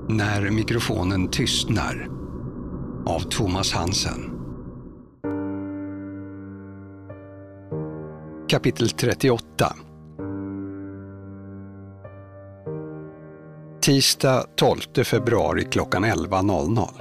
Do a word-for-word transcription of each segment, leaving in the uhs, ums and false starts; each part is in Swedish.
När mikrofonen tystnar av Thomas Hansen. Kapitel trettioåtta. Tisdag tolfte februari klockan elva noll noll.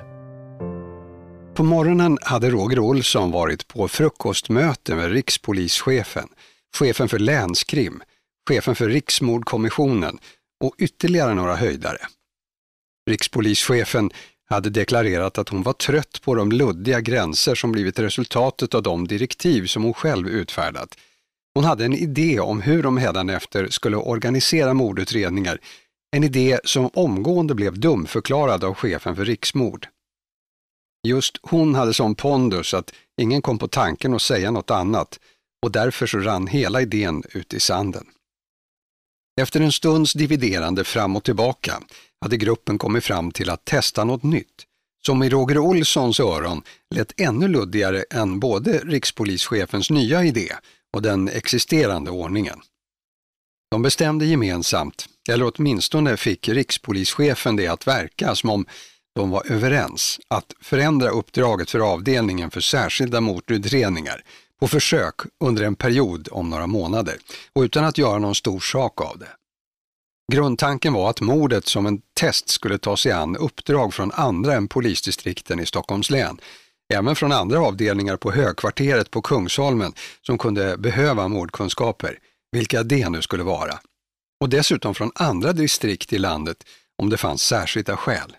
På morgonen hade Roger Olsson varit på frukostmöte med rikspolischefen, chefen för länskrim, chefen för riksmordkommissionen och ytterligare några höjdare. Rikspolischefen hade deklarerat att hon var trött på de luddiga gränser som blivit resultatet av de direktiv som hon själv utfärdat. Hon hade en idé om hur de hädanefter skulle organisera mordutredningar, en idé som omgående blev dumförklarad av chefen för riksmord. Just hon hade som pondus att ingen kom på tanken att säga något annat, och därför så rann hela idén ut i sanden. Efter en stunds dividerande fram och tillbaka hade gruppen kommit fram till att testa något nytt, som i Roger Olssons öron lät ännu luddigare än både rikspolischefens nya idé och den existerande ordningen. De bestämde gemensamt, eller åtminstone fick rikspolischefen det att verka som om de var överens, att förändra uppdraget för avdelningen för särskilda mordutredningar på försök under en period om några månader och utan att göra någon stor sak av det. Grundtanken var att mordet som en test skulle ta sig an uppdrag från andra än polisdistrikten i Stockholms län, även från andra avdelningar på högkvarteret på Kungsholmen som kunde behöva mordkunskaper, vilka det nu skulle vara. Och dessutom från andra distrikt i landet om det fanns särskilda skäl.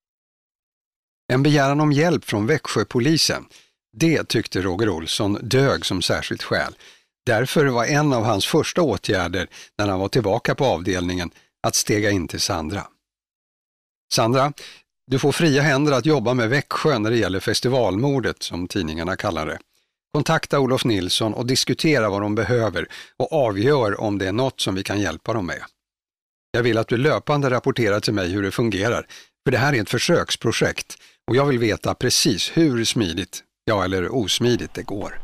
En begäran om hjälp från Växjöpolisen, det tyckte Roger Olsson dög som särskilt skäl. Därför var en av hans första åtgärder när han var tillbaka på avdelningen att stega in till Sandra. Sandra, du får fria händer att jobba med Växjö när det gäller festivalmordet, som tidningarna kallar det. Kontakta Olof Nilsson och diskutera vad de behöver och avgör om det är något som vi kan hjälpa dem med. Jag vill att du löpande rapporterar till mig hur det fungerar, för det här är ett försöksprojekt och jag vill veta precis hur smidigt, ja eller osmidigt det går.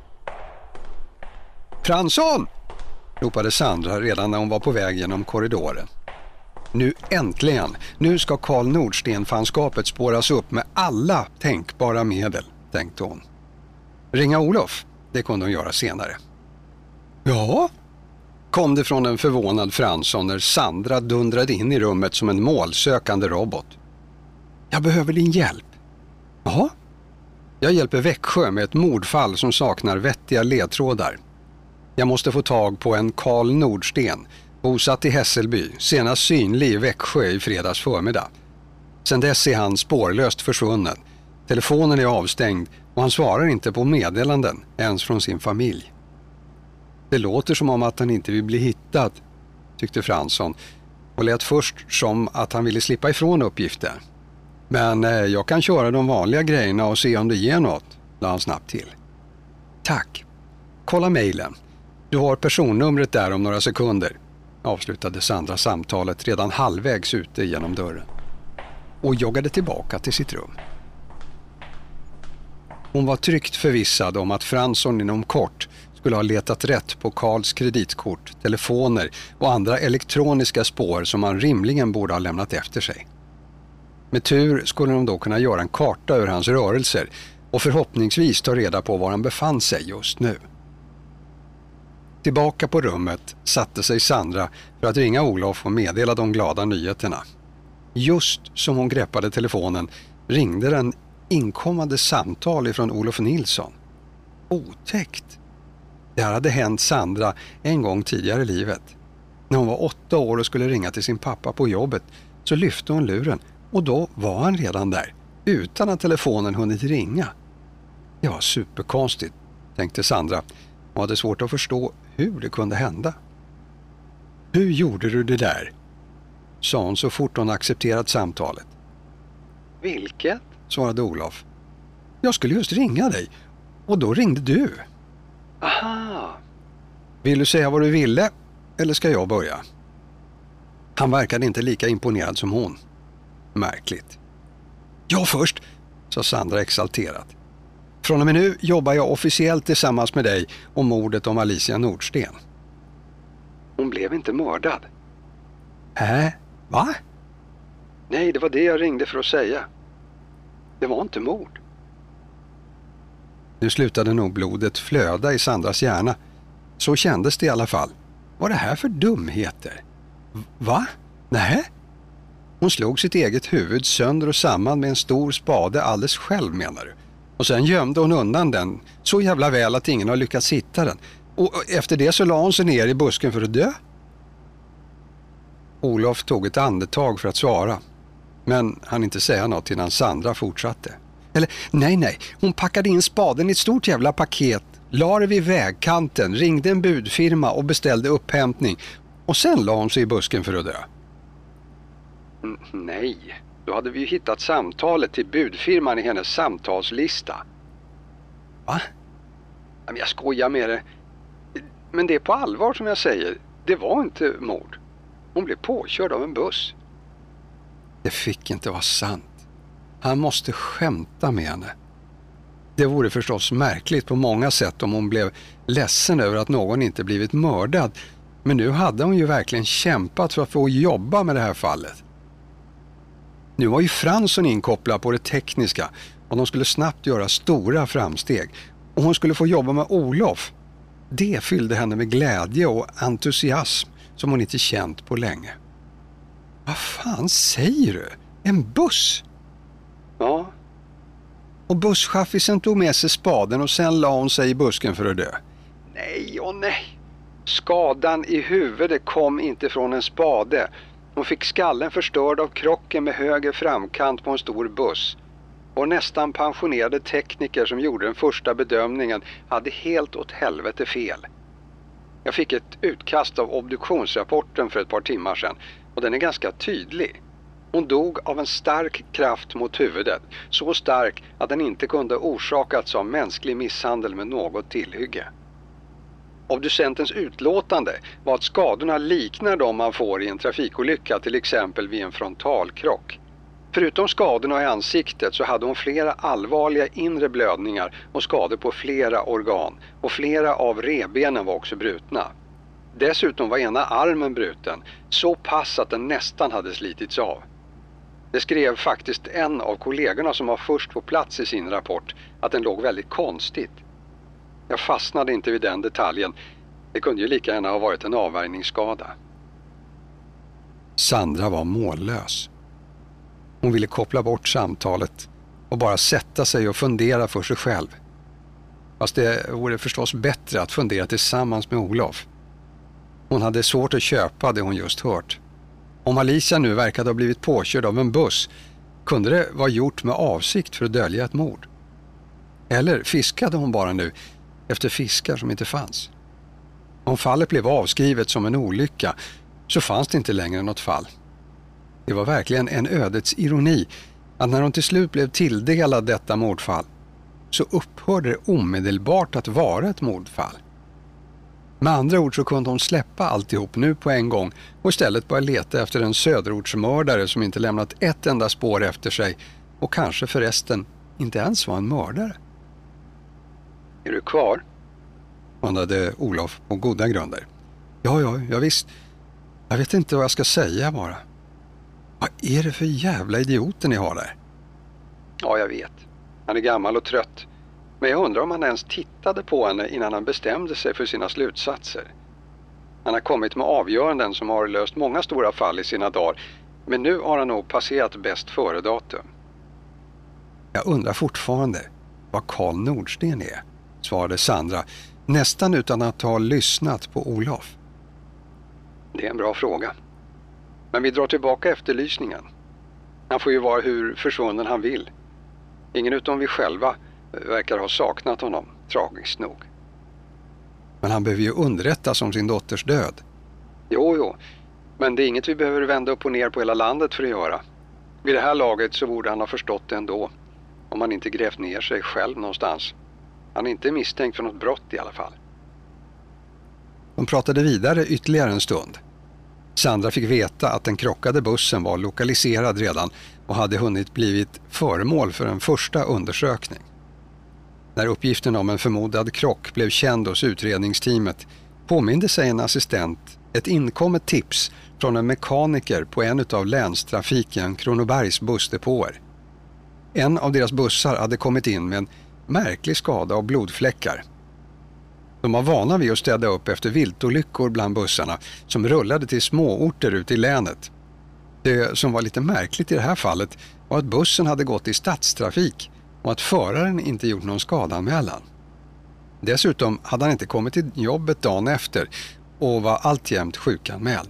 Fransson! Ropade Sandra redan när hon var på väg genom korridoren. Nu äntligen, nu ska Karl Nordsten-fanskapet spåras upp med alla tänkbara medel, tänkte hon. Ringa Olof, det kunde hon göra senare. Ja, kom det från en förvånad Fransson när Sandra dundrade in i rummet som en målsökande robot. Jag behöver din hjälp. Ja, jag hjälper Växjö med ett mordfall som saknar vettiga ledtrådar. Jag måste få tag på en Karl Nordsten, bosatt i Hässelby, senast synlig i Växjö i fredags förmiddag. Sen dess är han spårlöst försvunnen. Telefonen är avstängd och han svarar inte på meddelanden, ens från sin familj. Det låter som om att han inte vill bli hittad, tyckte Fransson, och lät först som att han ville slippa ifrån uppgiften. Men eh, jag kan köra de vanliga grejerna och se om det ger något, la han snabbt till. Tack. Kolla mejlen. Du har personnumret där om några sekunder, avslutade Sandra samtalet redan halvvägs ute genom dörren och joggade tillbaka till sitt rum. Hon var tryggt förvissad om att Fransson inom kort skulle ha letat rätt på Karls kreditkort, telefoner och andra elektroniska spår som han rimligen borde ha lämnat efter sig. Med tur skulle de då kunna göra en karta över hans rörelser och förhoppningsvis ta reda på var han befann sig just nu. Tillbaka på rummet satte sig Sandra för att ringa Olof och meddela de glada nyheterna. Just som hon greppade telefonen ringde den inkommande samtal ifrån Olof Nilsson. Otäckt. Det här hade hänt Sandra en gång tidigare i livet. När hon var åtta år och skulle ringa till sin pappa på jobbet så lyfte hon luren och då var han redan där utan att telefonen hunnit ringa. Det var superkonstigt, tänkte Sandra och hade svårt att förstå hur det kunde hända. Hur gjorde du det där? Sa hon så fort hon accepterat samtalet. Vilket? Svarade Olof. Jag skulle just ringa dig och då ringde du. Aha. Vill du säga vad du ville eller ska jag börja? Han verkade inte lika imponerad som hon. Märkligt. Jag först, sa Sandra exalterat. Från och med nu jobbar jag officiellt tillsammans med dig om mordet om Alicia Nordsten. Hon blev inte mördad. Hä? Va? Nej, det var det jag ringde för att säga. Det var inte mord. Nu slutade nog blodet flöda i Sandras hjärna. Så kändes det i alla fall. Vad är det här för dumheter? Va? Nej? Hon slog sitt eget huvud sönder och samman med en stor spade alldeles själv, menar du. Och sen gömde hon undan den så jävla väl att ingen har lyckats hitta den. Och efter det så la hon sig ner i busken för att dö. Olof tog ett andetag för att svara. Men han inte säga något innan Sandra fortsatte. Eller nej, nej. Hon packade in spaden i ett stort jävla paket, la det vid vägkanten, ringde en budfirma och beställde upphämtning. Och sen la hon sig i busken för att dö. Mm, nej, då hade vi ju hittat samtalet till budfirman i hennes samtalslista. Va? Jag skojar med det. Men det är på allvar som jag säger. Det var inte mord. Hon blev påkörd av en buss. Det fick inte vara sant. Han måste skämta med henne. Det vore förstås märkligt på många sätt om hon blev ledsen över att någon inte blivit mördad. Men nu hade hon ju verkligen kämpat för att få jobba med det här fallet. Nu var ju Fransson inkopplad på det tekniska och de skulle snabbt göra stora framsteg. Och hon skulle få jobba med Olof. Det fyllde henne med glädje och entusiasm som hon inte känt på länge. Vad fan säger du? En buss? Ja. Och busschaffisen tog med sig spaden och sen la hon sig i busken för att dö. Nej och nej. Skadan i huvudet kom inte från en spade. Hon fick skallen förstörd av krocken med höger framkant på en stor buss. Och nästan pensionerade tekniker som gjorde den första bedömningen hade helt åt helvete fel. Jag fick ett utkast av obduktionsrapporten för ett par timmar sedan och den är ganska tydlig. Hon dog av en stark kraft mot huvudet, så stark att den inte kunde orsakats av mänsklig misshandel med något tillhygge. Obducentens utlåtande var att skadorna liknar de man får i en trafikolycka, till exempel vid en frontalkrock. Förutom skadorna i ansiktet så hade hon flera allvarliga inre blödningar och skador på flera organ och flera av revbenen var också brutna. Dessutom var ena armen bruten, så pass att den nästan hade slitits av. Det skrev faktiskt en av kollegorna som var först på plats i sin rapport att den låg väldigt konstigt. Jag fastnade inte vid den detaljen. Det kunde ju lika gärna ha varit en avvärjningsskada. Sandra var mållös. Hon ville koppla bort samtalet och bara sätta sig och fundera för sig själv. Fast det vore förstås bättre att fundera tillsammans med Olof. Hon hade svårt att köpa det hon just hört. Om Alicia nu verkade ha blivit påkörd av en buss kunde det vara gjort med avsikt för att dölja ett mord. Eller fiskade hon bara nu efter fiskar som inte fanns. Om fallet blev avskrivet som en olycka så fanns det inte längre något fall. Det var verkligen en ödets ironi att när hon till slut blev tilldelad detta mordfall så upphörde det omedelbart att vara ett mordfall. Med andra ord så kunde hon släppa alltihop nu på en gång och istället börja leta efter en söderortsmördare som inte lämnat ett enda spår efter sig och kanske förresten inte ens var en mördare. Är du kvar? Undrade Olof på goda grunder. Ja, ja, ja visst. Jag vet inte vad jag ska säga bara. Vad är det för jävla idioter ni har där? Ja, jag vet. Han är gammal och trött. Men jag undrar om han ens tittade på henne innan han bestämde sig för sina slutsatser. Han har kommit med avgöranden som har löst många stora fall i sina dagar. Men nu har han nog passerat bäst före datum. Jag undrar fortfarande vad Karl Nordsten är, svarade Sandra, nästan utan att ha lyssnat på Olof. Det är en bra fråga. Men vi drar tillbaka efterlysningen. Han får ju vara hur försvunnen han vill. Ingen utom vi själva verkar ha saknat honom, tragiskt nog. Men han behöver ju underrättas om sin dotters död. Jo, jo. Men det är inget vi behöver vända upp och ner på hela landet för att göra. Vid det här laget så borde han ha förstått det ändå. Om han inte grävt ner sig själv någonstans. Han är inte misstänkt för något brott i alla fall. De pratade vidare ytterligare en stund. Sandra fick veta att den krockade bussen var lokaliserad redan och hade hunnit blivit föremål för en första undersökning. När uppgiften om en förmodad krock blev känd hos utredningsteamet påminde sig en assistent Ett inkommet tips från en mekaniker på en av länstrafiken Kronobergs bussdepåer. En av deras bussar hade kommit in med en märklig skada av blodfläckar. De var vana vid att städa upp efter viltolyckor bland bussarna som rullade till småorter ute i länet. Det som var lite märkligt i det här fallet var att bussen hade gått i stadstrafik och att föraren inte gjort någon skadanmälan. Dessutom hade han inte kommit till jobbet dagen efter och var alltjämt sjukanmäld.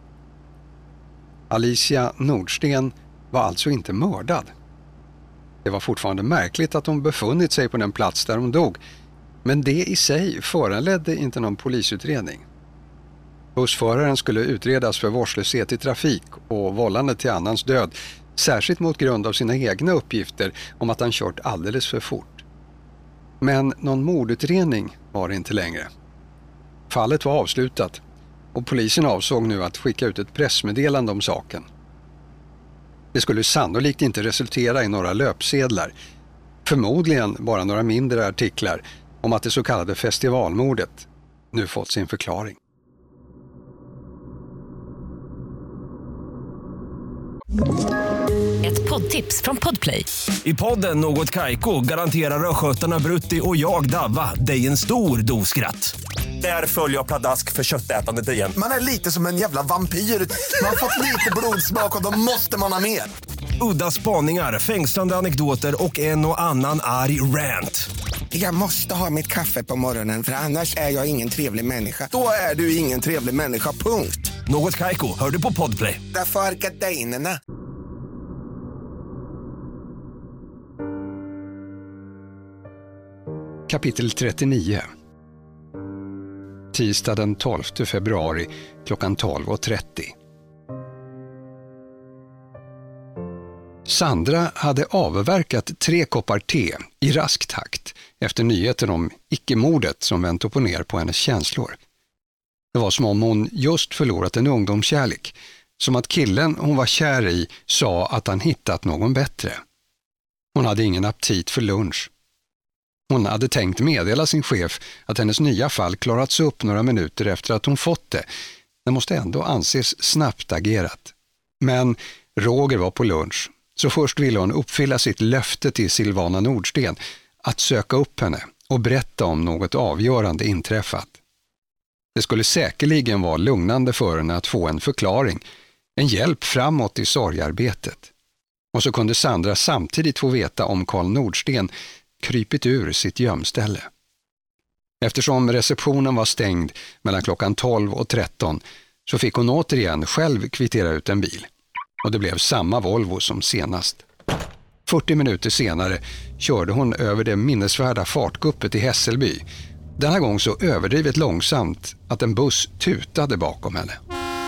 Alicia Nordsten var alltså inte mördad. Det var fortfarande märkligt att hon befunnit sig på den plats där hon dog, men det i sig föranledde inte någon polisutredning. Bussföraren skulle utredas för vårdslöshet i trafik och vållande till annans död, särskilt mot grund av sina egna uppgifter om att han kört alldeles för fort. Men någon mordutredning var det inte längre. Fallet var avslutat och polisen avsåg nu att skicka ut ett pressmeddelande om saken. Det skulle sannolikt inte resultera i några löpsedlar, förmodligen bara några mindre artiklar om att det så kallade festivalmordet nu fått sin förklaring. Ett poddtips från Podplay. I podden Något Kaiko garanterar röskötarna Brutti och jag Davva dig en stor doskratt. Där följer jag pladask för köttätandet igen. Man är lite som en jävla vampyr. Man har fått lite blodsmak och då måste man ha mer. Udda spaningar, fängslande anekdoter och en och annan arg rant. Jag måste ha mitt kaffe på morgonen för annars är jag ingen trevlig människa. Då är du ingen trevlig människa, punkt. Något Kaiko, hör du på Podplay. Därför är gardinerna. Kapitel trettionio. Tisdag den tolfte februari klockan tolv och trettio. Sandra hade avverkat tre koppar te i rask takt efter nyheten om icke-mordet som vänt upp och ner på hennes känslor. Det var som om hon just förlorat en ungdomskärlek, som att killen hon var kär i sa att han hittat någon bättre. Hon hade ingen aptit för lunch. Hon hade tänkt meddela sin chef att hennes nya fall klarats upp några minuter efter att hon fått det. Det måste ändå anses snabbt agerat. Men Roger var på lunch, så först ville hon uppfylla sitt löfte till Silvana Nordsten att söka upp henne och berätta om något avgörande inträffat. Det skulle säkerligen vara lugnande för henne att få en förklaring, en hjälp framåt i sorgarbetet. Och så kunde Sandra samtidigt få veta om Karl Nordsten krypit ur sitt gömställe. Eftersom receptionen var stängd mellan klockan tolv och tretton så fick hon återigen själv kvittera ut en bil. Och det blev samma Volvo som senast. fyrtio minuter senare körde hon över det minnesvärda fartguppet i Hässelby. Den här gången så överdrivet långsamt att en buss tutade bakom henne.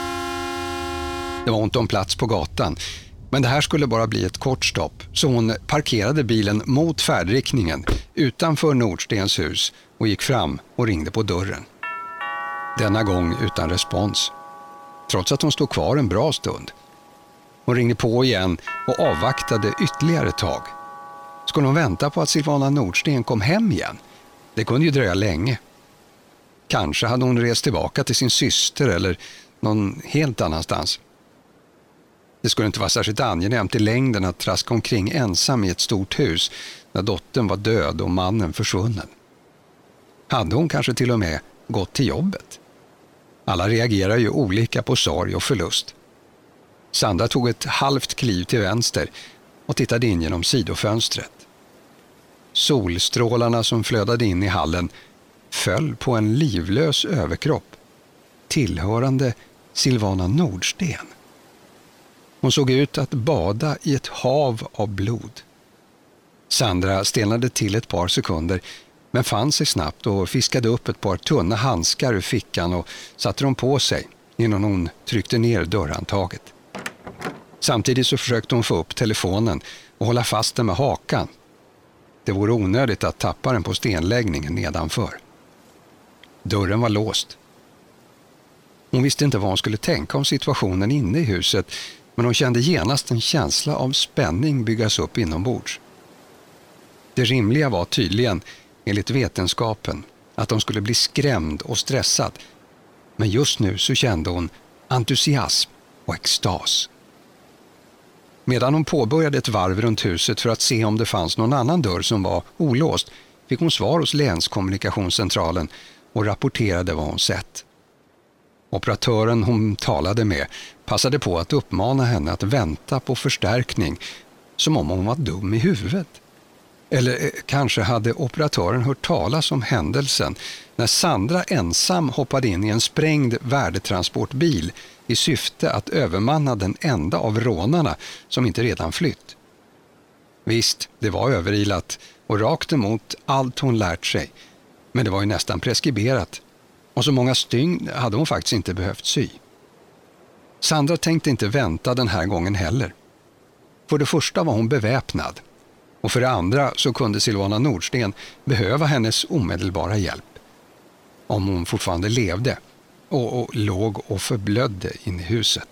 Det var ont om plats på gatan, men det här skulle bara bli ett kort stopp, så hon parkerade bilen mot färdriktningen utanför Nordstens hus och gick fram och ringde på dörren. Denna gång utan respons, trots att hon stod kvar en bra stund. Hon ringde på igen och avvaktade ytterligare ett tag. Skulle hon vänta på att Silvana Nordsten kom hem igen? Det kunde ju dröja länge. Kanske hade hon rest tillbaka till sin syster eller någon helt annanstans. Det skulle inte vara särskilt angenämt i längden att traska omkring ensam i ett stort hus när dottern var död och mannen försvunnen. Hade hon kanske till och med gått till jobbet? Alla reagerar ju olika på sorg och förlust. Sandra tog ett halvt kliv till vänster och tittade in genom sidofönstret. Solstrålarna som flödade in i hallen föll på en livlös överkropp, tillhörande Silvana Nordsten. Hon såg ut att bada i ett hav av blod. Sandra stelnade till ett par sekunder, men fann sig snabbt och fiskade upp ett par tunna handskar ur fickan och satte dem på sig innan hon tryckte ner dörrhandtaget. Samtidigt så försökte hon få upp telefonen och hålla fast den med hakan. Det vore onödigt att tappa den på stenläggningen nedanför. Dörren var låst. Hon visste inte vad hon skulle tänka om situationen inne i huset, men hon kände genast en känsla av spänning byggas upp inombords. Det rimliga var tydligen, enligt vetenskapen, att de skulle bli skrämd och stressad. Men just nu så kände hon entusiasm och extas. Medan hon påbörjade ett varv runt huset för att se om det fanns någon annan dörr som var olåst fick hon svar hos länskommunikationscentralen och rapporterade vad hon sett. Operatören hon talade med passade på att uppmana henne att vänta på förstärkning som om hon var dum i huvudet. Eller kanske hade operatören hört talas om händelsen när Sandra ensam hoppade in i en sprängd värdetransportbil i syfte att övermanna den enda av rånarna som inte redan flytt. Visst, det var överilat och rakt emot allt hon lärt sig, men det var ju nästan preskriberat och så många stygn hade hon faktiskt inte behövt sy. Sandra tänkte inte vänta den här gången heller. För det första var hon beväpnad och för det andra så kunde Silvana Nordsten behöva hennes omedelbara hjälp. Om hon fortfarande levde och, och låg och förblödde in i huset.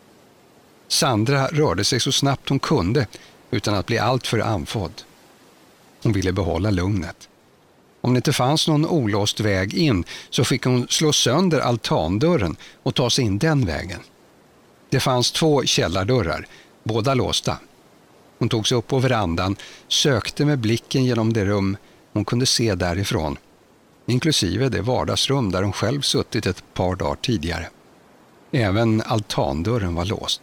Sandra rörde sig så snabbt hon kunde utan att bli alltför andfådd. Hon ville behålla lugnet. Om det inte fanns någon olåst väg in så fick hon slå sönder altandörren och ta sig in den vägen. Det fanns två källardörrar, båda låsta. Hon tog sig upp på verandan, sökte med blicken genom det rum hon kunde se därifrån, inklusive det vardagsrum där hon själv suttit ett par dagar tidigare. Även altandörren var låst.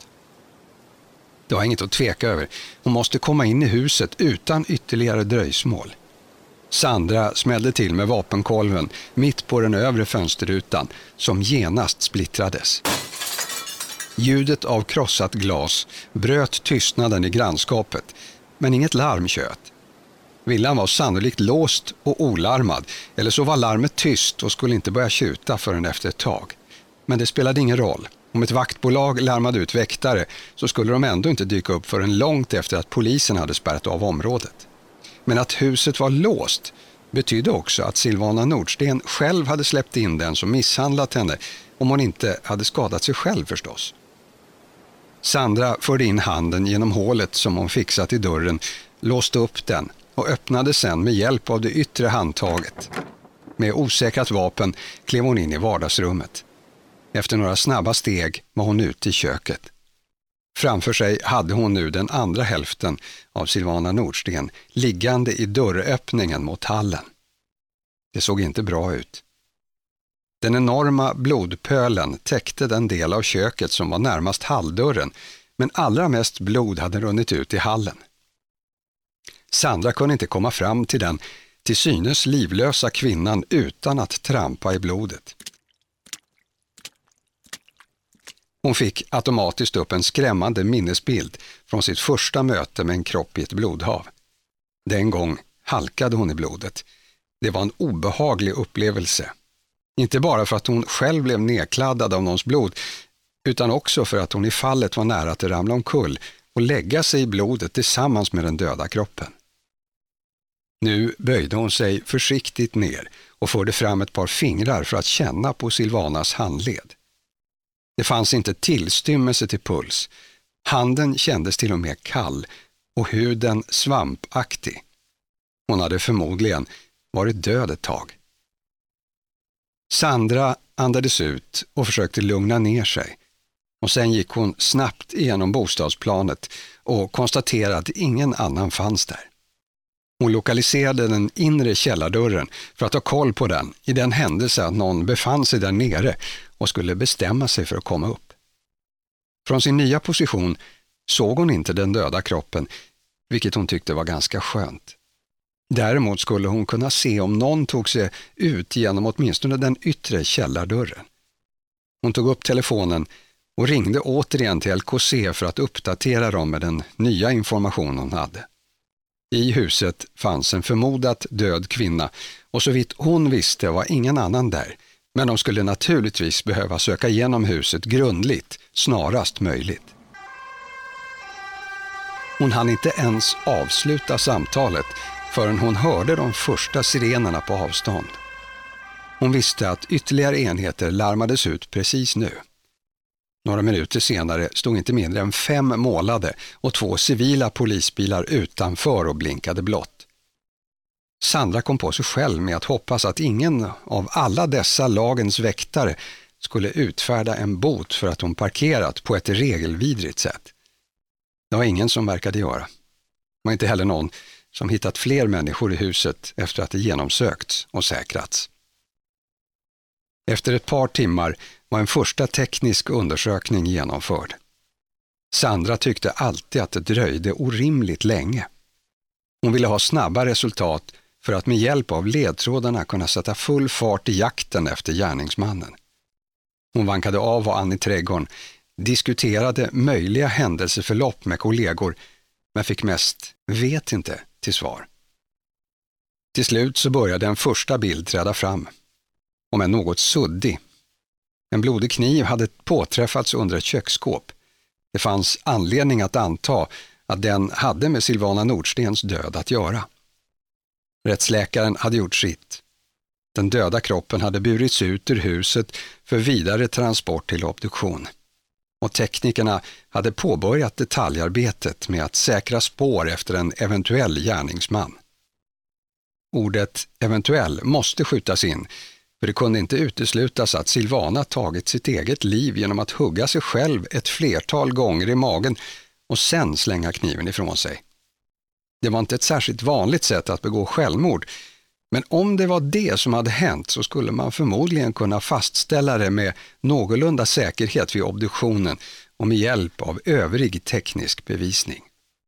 Det var inget att tveka över. Hon måste komma in i huset utan ytterligare dröjsmål. Sandra smällde till med vapenkolven mitt på den övre fönsterrutan som genast splittrades. Ljudet av krossat glas bröt tystnaden i grannskapet, men inget larm tjöt. Villan var sannolikt låst och olarmad, eller så var larmet tyst och skulle inte börja tjuta förrän efter ett tag. Men det spelade ingen roll. Om ett vaktbolag larmade ut väktare så skulle de ändå inte dyka upp förrän långt efter att polisen hade spärrat av området. Men att huset var låst betydde också att Silvana Nordsten själv hade släppt in den som misshandlat henne, om hon inte hade skadat sig själv förstås. Sandra förde in handen genom hålet som hon fixat i dörren, låste upp den och öppnade sen med hjälp av det yttre handtaget. Med osäkrat vapen klev hon in i vardagsrummet. Efter några snabba steg var hon ute i köket. Framför sig hade hon nu den andra hälften av Silvana Nordsten liggande i dörröppningen mot hallen. Det såg inte bra ut. Den enorma blodpölen täckte den del av köket som var närmast halldörren, men allra mest blod hade runnit ut i hallen. Sandra kunde inte komma fram till den till synes livlösa kvinnan utan att trampa i blodet. Hon fick automatiskt upp en skrämmande minnesbild från sitt första möte med en kropp i ett blodhav. Den gång halkade hon i blodet. Det var en obehaglig upplevelse. Inte bara för att hon själv blev nedkladdad av någons blod, utan också för att hon i fallet var nära att ramla omkull och lägga sig i blodet tillsammans med den döda kroppen. Nu böjde hon sig försiktigt ner och förde fram ett par fingrar för att känna på Silvanas handled. Det fanns inte tillstymmelse till puls. Handen kändes till och med kall och huden svampaktig. Hon hade förmodligen varit död ett tag. Sandra andades ut och försökte lugna ner sig. Och sen gick hon snabbt igenom bostadsplanet och konstaterade att ingen annan fanns där. Hon lokaliserade den inre källardörren för att ha koll på den i den händelse att någon befann sig där nere och skulle bestämma sig för att komma upp. Från sin nya position såg hon inte den döda kroppen, vilket hon tyckte var ganska skönt. Däremot skulle hon kunna se om någon tog sig ut genom åtminstone den yttre källardörren. Hon tog upp telefonen och ringde återigen till L K C för att uppdatera dem med den nya information hon hade. I huset fanns en förmodat död kvinna och så vitt hon visste var ingen annan där, men de skulle naturligtvis behöva söka igenom huset grundligt snarast möjligt. Hon hann inte ens avsluta samtalet förrän hon hörde de första sirenerna på avstånd. Hon visste att ytterligare enheter larmades ut precis nu. Några minuter senare stod inte mindre än fem målade och två civila polisbilar utanför och blinkade blått. Sandra kom på sig själv med att hoppas att ingen av alla dessa lagens väktare skulle utfärda en bot för att hon parkerat på ett regelvidrigt sätt. Det var ingen som verkade göra. Det var inte heller någon som hittat fler människor i huset efter att det genomsökts och säkrats. Efter ett par timmar var en första teknisk undersökning genomförd. Sandra tyckte alltid att det dröjde orimligt länge. Hon ville ha snabba resultat för att med hjälp av ledtrådarna kunna sätta full fart i jakten efter gärningsmannen. Hon vankade av och an i trädgården, diskuterade möjliga händelseförlopp med kollegor, men fick mest vet inte till svar. Till slut så började en första bild träda fram, om en något suddig. En blodig kniv hade påträffats under ett köksskåp. Det fanns anledning att anta att den hade med Silvana Nordstens död att göra. Rättsläkaren hade gjort sitt. Den döda kroppen hade burits ut ur huset för vidare transport till obduktion. Och teknikerna hade påbörjat detaljarbetet med att säkra spår efter en eventuell gärningsman. Ordet eventuell måste skjutas in, för det kunde inte uteslutas att Silvana tagit sitt eget liv genom att hugga sig själv ett flertal gånger i magen och sen slänga kniven ifrån sig. Det var inte ett särskilt vanligt sätt att begå självmord, men om det var det som hade hänt så skulle man förmodligen kunna fastställa det med någorlunda säkerhet vid obduktionen och med hjälp av övrig teknisk bevisning.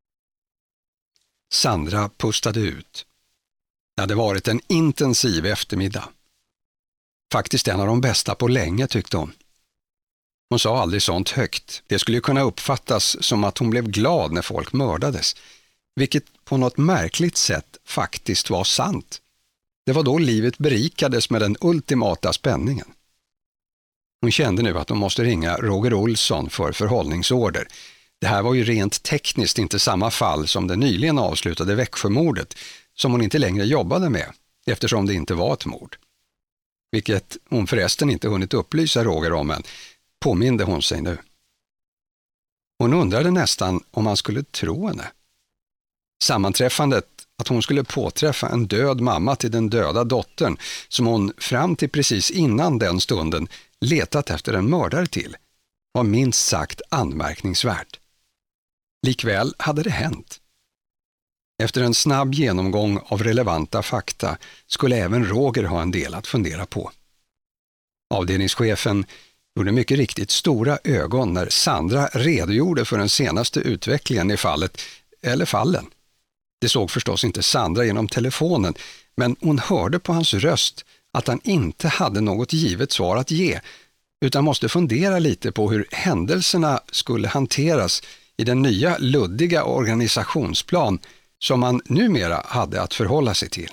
Sandra pustade ut. Det hade varit en intensiv eftermiddag. Faktiskt en av de bästa på länge, tyckte hon. Hon sa aldrig sånt högt. Det skulle kunna uppfattas som att hon blev glad när folk mördades, vilket på något märkligt sätt faktiskt var sant. Det var då livet berikades med den ultimata spänningen. Hon kände nu att hon måste ringa Roger Olsson för förhållningsorder. Det här var ju rent tekniskt inte samma fall som det nyligen avslutade Växjömordet, som hon inte längre jobbade med, eftersom det inte var ett mord. Vilket hon förresten inte hunnit upplysa Roger om än, påminde hon sig nu. Hon undrade nästan om han skulle tro henne. Sammanträffandet att hon skulle påträffa en död mamma till den döda dottern som hon fram till precis innan den stunden letat efter en mördare till var minst sagt anmärkningsvärt. Likväl hade det hänt. Efter en snabb genomgång av relevanta fakta skulle även Roger ha en del att fundera på. Avdelningschefen gjorde mycket riktigt stora ögon när Sandra redogjorde för den senaste utvecklingen i fallet, eller fallen. Det såg förstås inte Sandra genom telefonen, men hon hörde på hans röst att han inte hade något givet svar att ge, utan måste fundera lite på hur händelserna skulle hanteras i den nya luddiga organisationsplan som man numera hade att förhålla sig till.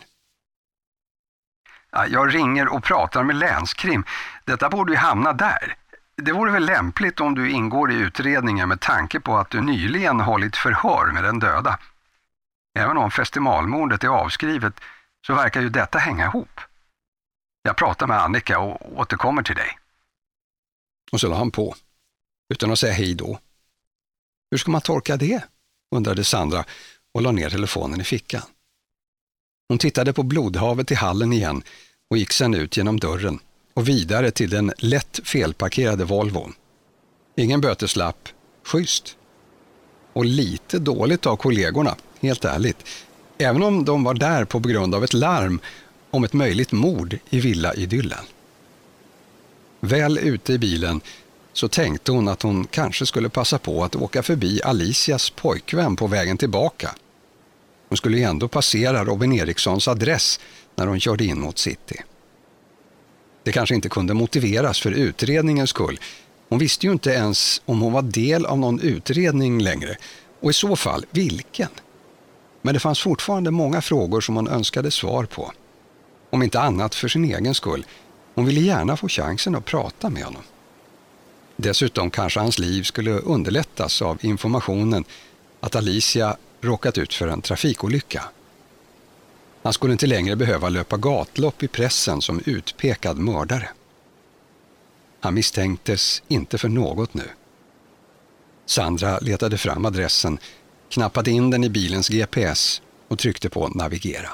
Jag ringer och pratar med länskrim. Detta borde ju hamna där. Det vore väl lämpligt om du ingår i utredningen med tanke på att du nyligen hållit förhör med den döda. Även om festivalmordet är avskrivet så verkar ju detta hänga ihop. Jag pratar med Annika och återkommer till dig. Och så la han på, utan att säga hej då. Hur ska man tolka det? Undrade Sandra och la ner telefonen i fickan. Hon tittade på blodhavet i hallen igen och gick sedan ut genom dörren och vidare till den lätt felparkerade Volvon. Ingen böteslapp, schysst. Och lite dåligt av kollegorna, helt ärligt. Även om de var där på grund av ett larm om ett möjligt mord i villa-idyllen. Väl ute i bilen så tänkte hon att hon kanske skulle passa på att åka förbi Alicias pojkvän på vägen tillbaka. Hon skulle ju ändå passera Robin Erikssons adress när hon körde in mot city. Det kanske inte kunde motiveras för utredningens skull. Hon visste ju inte ens om hon var del av någon utredning längre, och i så fall vilken. Men det fanns fortfarande många frågor som hon önskade svar på. Om inte annat för sin egen skull. Hon ville gärna få chansen att prata med honom. Dessutom kanske hans liv skulle underlättas av informationen att Alicia råkat ut för en trafikolycka. Han skulle inte längre behöva löpa gatlopp i pressen som utpekad mördare. Han misstänktes inte för något nu. Sandra letade fram adressen, knappade in den i bilens G P S och tryckte på navigera.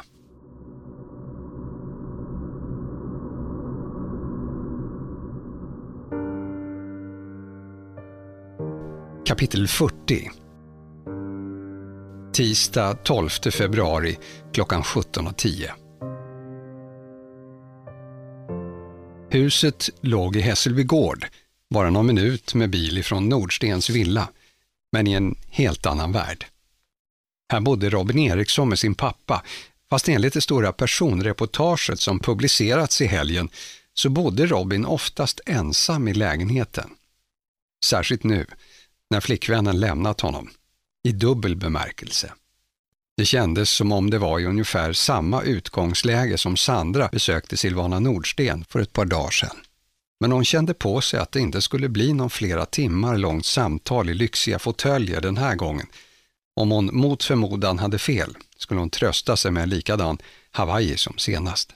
Kapitel fyrtio. Tisdag tolfte februari klockan sjutton och tio. Huset låg i Hässelby gård, bara någon minut med bil ifrån Nordstens villa, men i en helt annan värld. Här bodde Robin Eriksson med sin pappa, fast enligt det stora personreportaget som publicerats i helgen så bodde Robin oftast ensam i lägenheten. Särskilt nu, när flickvännen lämnat honom, i dubbel bemärkelse. Det kändes som om det var i ungefär samma utgångsläge som Sandra besökte Silvana Nordsten för ett par dagar sedan. Men hon kände på sig att det inte skulle bli någon flera timmar långt samtal i lyxiga fåtöljer den här gången. Om hon mot förmodan hade fel skulle hon trösta sig med en likadan Hawaii som senast.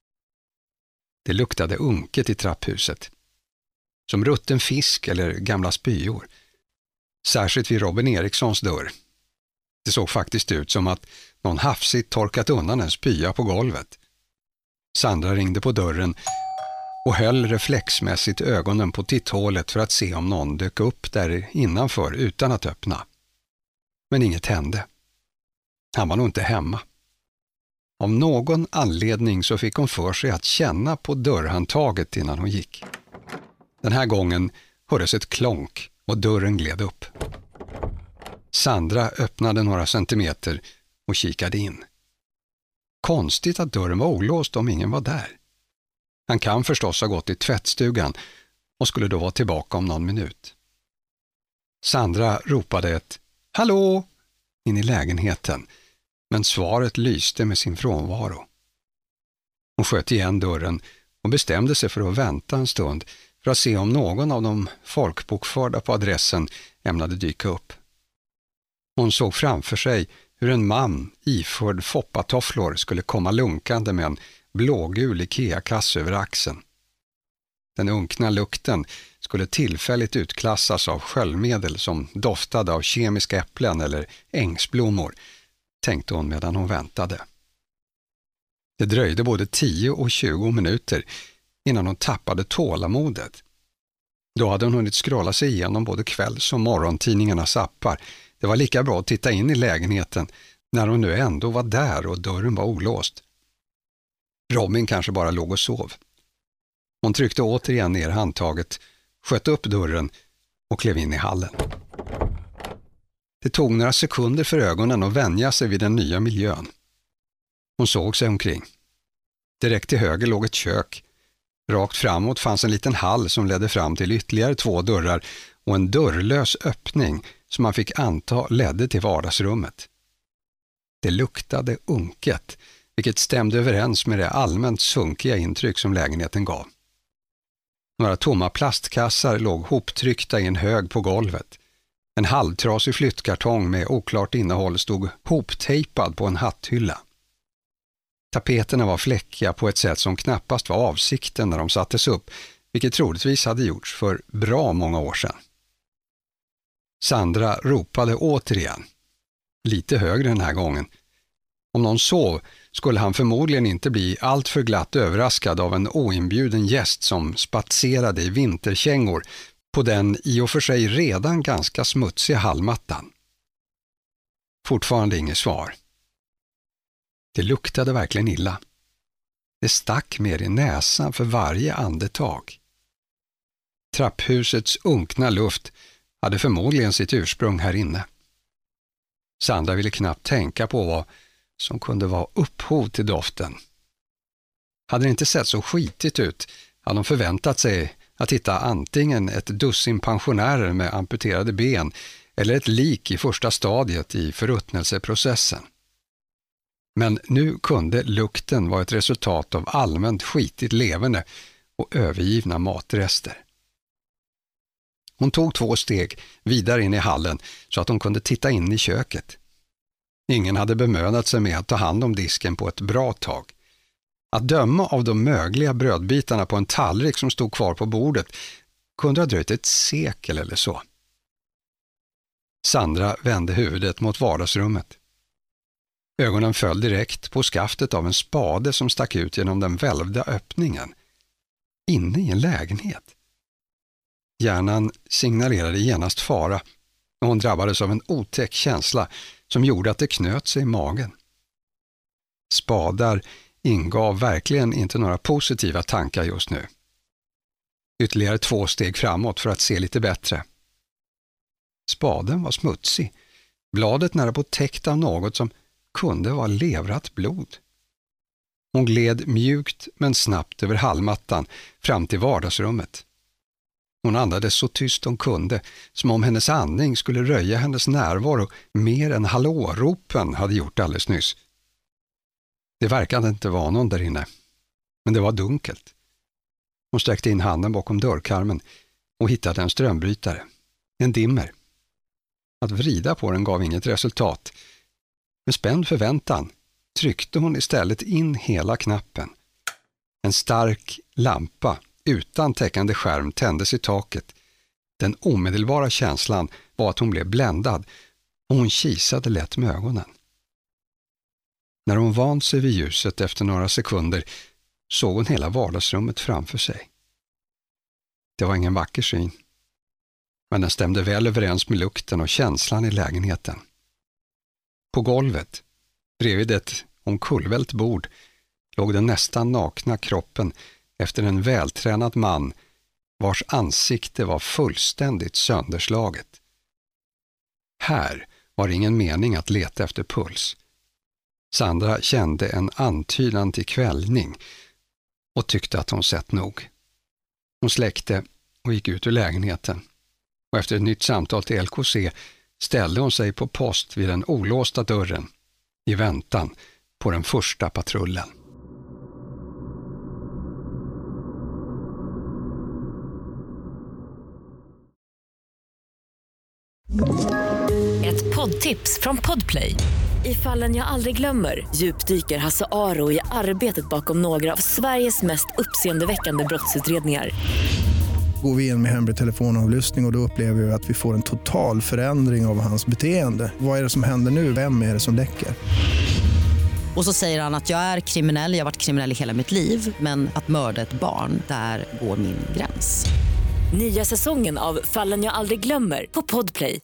Det luktade unket i trapphuset. Som rutten fisk eller gamla spyor. Särskilt vid Robin Erikssons dörr. Det såg faktiskt ut som att någon hafsigt torkat undan en spya på golvet. Sandra ringde på dörren och höll reflexmässigt ögonen på titthålet för att se om någon dök upp där innanför utan att öppna. Men inget hände. Han var nog inte hemma. Av någon anledning så fick hon för sig att känna på dörrhandtaget innan hon gick. Den här gången hördes ett klonk och dörren gled upp. Sandra öppnade några centimeter och kikade in. Konstigt att dörren var olåst om ingen var där. Han kan förstås ha gått i tvättstugan och skulle då vara tillbaka om någon minut. Sandra ropade ett "Hallå!" in i lägenheten, men svaret lyste med sin frånvaro. Hon sköt igen dörren och bestämde sig för att vänta en stund för att se om någon av de folkbokförda på adressen ämnade dyka upp. Hon såg framför sig hur en man iförd foppatofflor skulle komma lunkande med en blågul Ikea-kasse över axeln. Den unkna lukten skulle tillfälligt utklassas av sköljmedel som doftade av kemiska äpplen eller ängsblommor, tänkte hon medan hon väntade. Det dröjde både tio och tjugo minuter innan hon tappade tålamodet. Då hade hon hunnit scrolla sig igenom både kvälls- och morgontidningarnas appar. Det var lika bra att titta in i lägenheten när hon nu ändå var där och dörren var olåst. Robin kanske bara låg och sov. Hon tryckte återigen ner handtaget, sköt upp dörren och klev in i hallen. Det tog några sekunder för ögonen att vänja sig vid den nya miljön. Hon såg sig omkring. Direkt till höger låg ett kök. Rakt framåt fanns en liten hall som ledde fram till ytterligare två dörrar och en dörrlös öppning som man fick anta ledde till vardagsrummet. Det luktade unket, vilket stämde överens med det allmänt sunkiga intryck som lägenheten gav. Några tomma plastkassar låg hoptryckta i en hög på golvet. En halvtrasig flyttkartong med oklart innehåll stod hoptejpad på en hatthylla. Tapeterna var fläckiga på ett sätt som knappast var avsikten när de sattes upp, vilket troligtvis hade gjorts för bra många år sedan. Sandra ropade återigen, lite högre den här gången. Om någon sov skulle han förmodligen inte bli allt för glatt överraskad av en oinbjuden gäst som spatserade i vinterkängor på den i och för sig redan ganska smutsiga hallmattan. Fortfarande inget svar. Det luktade verkligen illa. Det stack mer i näsan för varje andetag. Trapphusets unkna luft hade förmodligen sitt ursprung här inne. Sandra ville knappt tänka på vad som kunde vara upphov till doften. Hade det inte sett så skitigt ut hade de förväntat sig att hitta antingen ett dussin pensionärer med amputerade ben eller ett lik i första stadiet i förruttnelseprocessen. Men nu kunde lukten vara ett resultat av allmänt skitigt levande och övergivna matrester. Hon tog två steg vidare in i hallen så att hon kunde titta in i köket. Ingen hade bemödat sig med att ta hand om disken på ett bra tag. Att döma av de mögliga brödbitarna på en tallrik som stod kvar på bordet kunde ha dröjt ett sekel eller så. Sandra vände huvudet mot vardagsrummet. Ögonen föll direkt på skaftet av en spade som stack ut genom den välvda öppningen. Inne i en lägenhet. Hjärnan signalerade genast fara, och hon drabbades av en otäck känsla som gjorde att det knöt sig i magen. Spadar ingav verkligen inte några positiva tankar just nu. Ytterligare två steg framåt för att se lite bättre. Spaden var smutsig, bladet nära på täckt av något som kunde vara levrat blod. Hon gled mjukt men snabbt över hallmattan fram till vardagsrummet. Hon andades så tyst hon kunde, som om hennes andning skulle röja hennes närvaro mer än hallåropen hade gjort alldeles nyss. Det verkade inte vara någon där inne, men det var dunkelt. Hon sträckte in handen bakom dörrkarmen och hittade en strömbrytare, en dimmer. Att vrida på den gav inget resultat. Med spänd förväntan tryckte hon istället in hela knappen. En stark lampa utan täckande skärm tändes i taket. Den omedelbara känslan var att hon blev bländad och hon kisade lätt med ögonen. När hon vant sig vid ljuset efter några sekunder såg hon hela vardagsrummet framför sig. Det var ingen vacker syn, men den stämde väl överens med lukten och känslan i lägenheten. På golvet, bredvid ett omkullvält bord, låg den nästan nakna kroppen efter en vältränad man vars ansikte var fullständigt sönderslaget. Här var ingen mening att leta efter puls. Sandra kände en antydan till kvällning och tyckte att hon sett nog. Hon släckte och gick ut ur lägenheten och efter ett nytt samtal till L K C ställde hon sig på post vid den olåsta dörren i väntan på den första patrullen. Ett poddtips från Podplay. I Fallen jag aldrig glömmer djupdyker Hasse Aro i arbetet bakom några av Sveriges mest uppseendeväckande brottsutredningar. Går vi in med hemlig telefonavlyssning och, och då upplever vi att vi får en total förändring av hans beteende. Vad är det som händer nu? Vem är det som läcker? Och så säger han att jag är kriminell, jag har varit kriminell i hela mitt liv. Men att mörda ett barn, där går min gräns. Nya säsongen av Fallen jag aldrig glömmer på Podplay.